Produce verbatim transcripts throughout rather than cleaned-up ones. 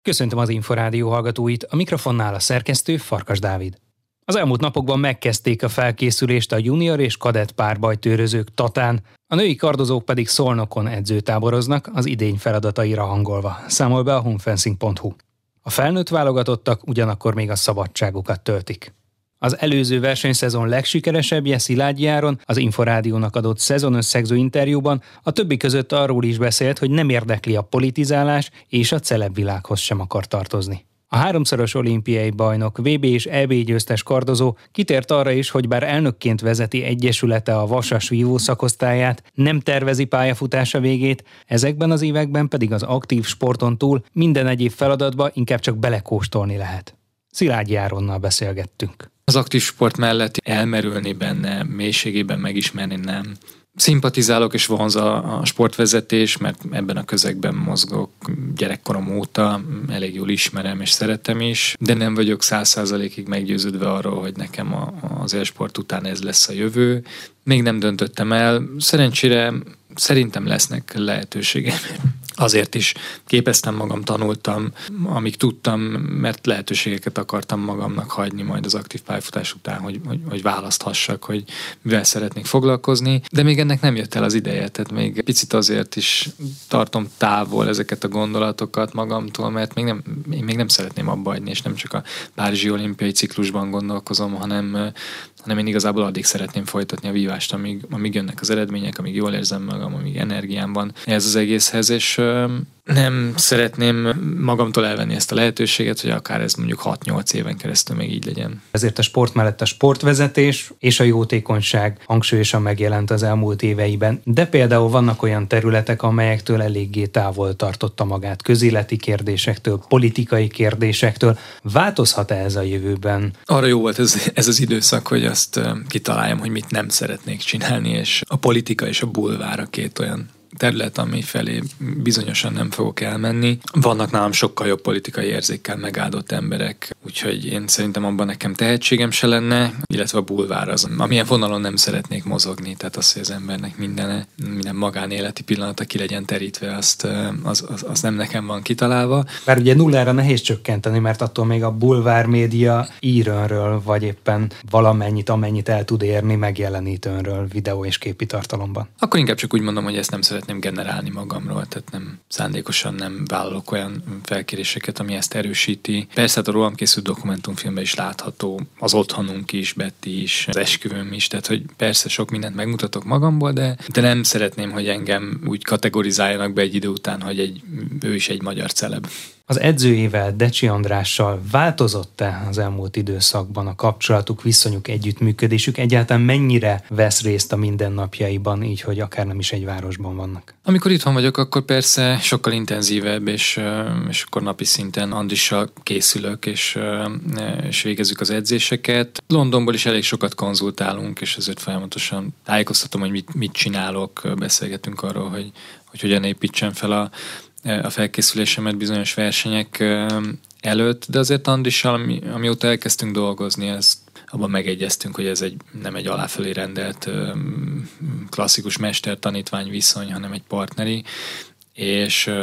Köszöntöm az Inforádió hallgatóit, a mikrofonnál a szerkesztő Farkas Dávid. Az elmúlt napokban megkezdték a felkészülést a junior és kadett párbajtőrözők Tatán, a női kardozók pedig Szolnokon edzőtáboroznak az idény feladataira hangolva, számol be a honfencing pont hu. A felnőtt válogatottak ugyanakkor még a szabadságukat töltik. Az előző versenyszezon legsikeresebbje Szilágyi Áron az Inforádiónak adott szezonösszegző interjúban a többi között arról is beszélt, hogy nem érdekli a politizálás és a celebvilághoz sem akar tartozni. A háromszoros olimpiai bajnok, vé bé és é bé győztes kardozó kitért arra is, hogy bár elnökként vezeti egyesülete a vasas vívó szakosztályát, nem tervezi pályafutása végét, ezekben az években pedig az aktív sporton túl minden egyéb feladatba inkább csak belekóstolni lehet. Szilágyi Áronnal beszélgettünk. Az aktív sport mellett elmerülni benne, mélységében megismerni nem. Szimpatizálok és vonz a, a sportvezetés, mert ebben a közegben mozgok gyerekkorom óta, elég jól ismerem és szeretem is, de nem vagyok száz százalékig meggyőződve arról, hogy nekem a, az élsport után ez lesz a jövő. Még nem döntöttem el, szerencsére szerintem lesznek lehetőségem. Azért is képeztem magam, tanultam, amíg tudtam, mert lehetőségeket akartam magamnak hagyni majd az aktív pályafutás után, hogy, hogy, hogy választhassak, hogy mivel szeretnék foglalkozni, de még ennek nem jött el az ideje, tehát még picit azért is tartom távol ezeket a gondolatokat magamtól, mert még nem, én még nem szeretném abba hagyni, és nem csak a Párizsi olimpiai ciklusban gondolkozom, hanem, hanem én igazából addig szeretném folytatni a vívást, amíg, amíg jönnek az eredmények, amíg jól érzem magam, amíg energiám van ez az egészhez, és nem szeretném magamtól elvenni ezt a lehetőséget, hogy akár ez mondjuk hat-nyolc éven keresztül még így legyen. Ezért a sport mellett a sportvezetés és a jótékonyság hangsúlyosan megjelent az elmúlt éveiben, de például vannak olyan területek, amelyektől eléggé távol tartotta magát, közéleti kérdésektől, politikai kérdésektől. Változhat-e ez a jövőben? Arra jó volt ez, ez az időszak, hogy azt kitaláljam, hogy mit nem szeretnék csinálni, és a politika és a bulvár a két olyan terület, ami felé bizonyosan nem fogok elmenni. Vannak nálam sokkal jobb politikai érzékkel megáldott emberek, úgyhogy én szerintem abban nekem tehetségem se lenne, illetve a bulvár az, amilyen vonalon nem szeretnék mozogni, tehát az, hogy az embernek minden, minden magánéleti pillanata ki legyen terítve, azt, az, az, az nem nekem van kitalálva. Bár ugye nullára nehéz csökkenteni, mert attól még a bulvár média ír önről, vagy éppen valamennyit, amennyit el tud érni, megjelenít önről videó és képi tartalomban. Akkor inkább csak úgy mondom, hogy ezt nem szeretném generálni magamról, tehát nem szándékosan nem vállalok olyan felkéréseket, ami ezt erősíti. Persze hát a rólam készült dokumentumfilmben is látható, az otthonunk is, Betty is, az esküvőm is, tehát hogy persze sok mindent megmutatok magamból, de, de nem szeretném, hogy engem úgy kategorizáljanak be egy idő után, hogy egy, ő is egy magyar celeb. Az edzőjével, Decsi Andrással változott-e az elmúlt időszakban a kapcsolatuk, viszonyuk, együttműködésük? Egyáltalán mennyire vesz részt a mindennapjaiban, így, hogy akár nem is egy városban vannak? Amikor itthon vagyok, akkor persze sokkal intenzívebb, és, és akkor napi szinten Andrissal készülök, és, és végezzük az edzéseket. Londonból is elég sokat konzultálunk, és ezért folyamatosan tájékoztatom, hogy mit, mit csinálok, beszélgetünk arról, hogy, hogy hogyan építsem fel a a felkészülésemet bizonyos versenyek előtt, de azért Andrissal, ami, amióta elkezdtünk dolgozni, ezt abban megegyeztünk, hogy ez egy, nem egy aláfölé rendelt klasszikus mester-tanítvány viszony, hanem egy partneri, és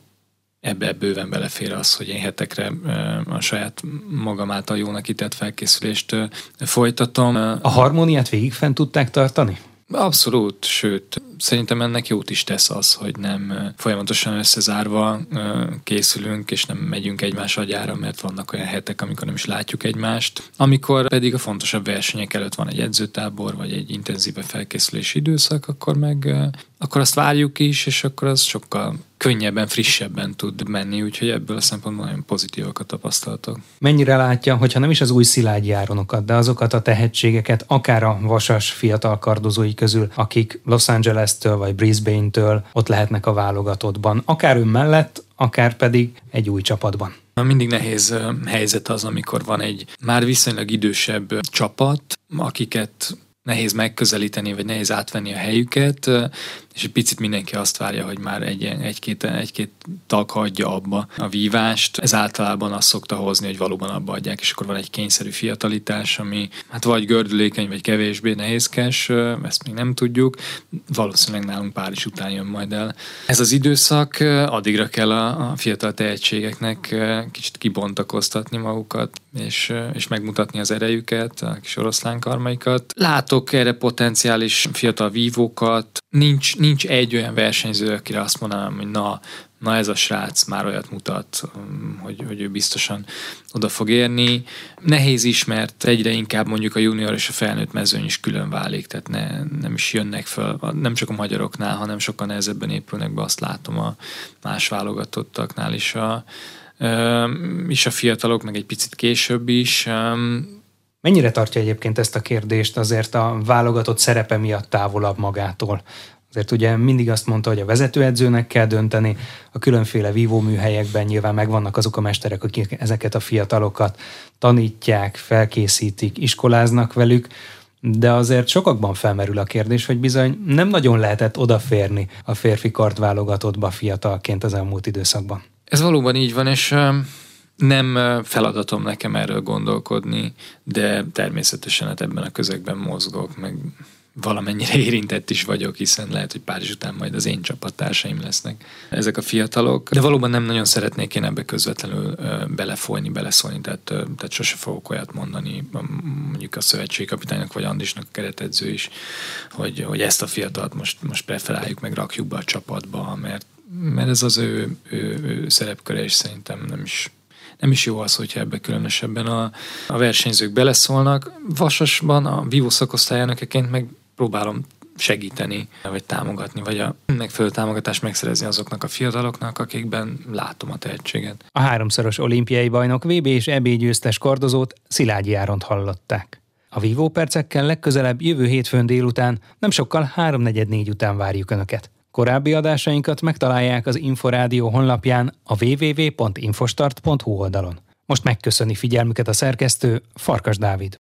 ebbe bőven belefér az, hogy én hetekre a saját magam által jónak ített felkészülést folytatom. A harmóniát végig fent tudták tartani? Abszolút, sőt, szerintem ennek jót is tesz az, hogy nem folyamatosan összezárva készülünk, és nem megyünk egymás agyára, mert vannak olyan hetek, amikor nem is látjuk egymást. Amikor pedig a fontosabb versenyek előtt van egy edzőtábor, vagy egy intenzíve felkészülési időszak, akkor meg akkor azt várjuk is, és akkor az sokkal könnyebben, frissebben tud menni, úgyhogy ebből a szempontból nagyon pozitívak a tapasztalatok. Mennyire látja, hogyha nem is az új Szilágyi Áronokat, de azokat a tehetségeket, akár a vasas fiatal kardozói közül, akik Los Angeles-től vagy Brisbane-től ott lehetnek a válogatottban, akár ön mellett, akár pedig egy új csapatban? Mindig nehéz helyzet az, amikor van egy már viszonylag idősebb csapat, akiket nehéz megközelíteni, vagy nehéz átvenni a helyüket, és egy picit mindenki azt várja, hogy már egy, egy-két, egy-két tag hagyja abba a vívást. Ez általában azt szokta hozni, hogy valóban abba adják, és akkor van egy kényszerű fiatalítás, ami hát vagy gördülékeny, vagy kevésbé nehézkes, ezt még nem tudjuk. Valószínűleg nálunk Párizs után jön majd el. Ez az időszak, addigra kell a, a fiatal tehetségeknek kicsit kibontakoztatni magukat, és, és megmutatni az erejüket, a kis oroszlán karmaikat. Látok erre potenciális fiatal vívókat. Nincs, nincs egy olyan versenyző, akire azt mondanám, hogy na, na ez a srác már olyat mutat, hogy, hogy ő biztosan oda fog érni. Nehéz is, mert egyre inkább mondjuk a junior és a felnőtt mezőny is külön válik, tehát ne, nem is jönnek föl, nem csak a magyaroknál, hanem sokkal nehezebben épülnek be, azt látom a más válogatottaknál is a, is a fiatalok, meg egy picit később is. Mennyire tartja egyébként ezt a kérdést azért a válogatott szerepe miatt távolabb magától? Azért ugye mindig azt mondta, hogy a vezetőedzőnek kell dönteni, a különféle vívóműhelyekben nyilván megvannak azok a mesterek, akik ezeket a fiatalokat tanítják, felkészítik, iskoláznak velük, de azért sokakban felmerül a kérdés, hogy bizony nem nagyon lehetett odaférni a férfi kartválogatottba fiatalként az elmúlt időszakban. Ez valóban így van, és nem feladatom nekem erről gondolkodni, de természetesen hát ebben a közegben mozgok, meg valamennyire érintett is vagyok, hiszen lehet, hogy Párizs után majd az én csapattársaim lesznek ezek a fiatalok. De valóban nem nagyon szeretnék én ebbe közvetlenül belefolyni, beleszólni, tehát, tehát sose fogok olyat mondani, mondjuk a szövetségkapitánynak vagy Andisnak a keretedző is, hogy, hogy ezt a fiatalt most, most preferáljuk, meg rakjuk be a csapatba, mert, mert ez az ő, ő, ő szerepköre, és szerintem nem is Nem is jó az, hogyha ebbe különösebben a, a versenyzők beleszólnak. Vasasban a vívó szakosztályelnökeként meg próbálom segíteni, vagy támogatni, vagy a megfelelő támogatást megszerezni azoknak a fiataloknak, akikben látom a tehetséget. A háromszoros olimpiai bajnok, vé bé és é bé győztes kardozót, Szilágyi Áront hallották. A vívópercekkel legközelebb jövő hétfőn délután, nem sokkal háromnegyed négy után várjuk Önöket. Korábbi adásainkat megtalálják az Inforádió honlapján a double-u double-u double-u pont infostart pont hu oldalon. Most megköszöni figyelmüket a szerkesztő, Farkas Dávid.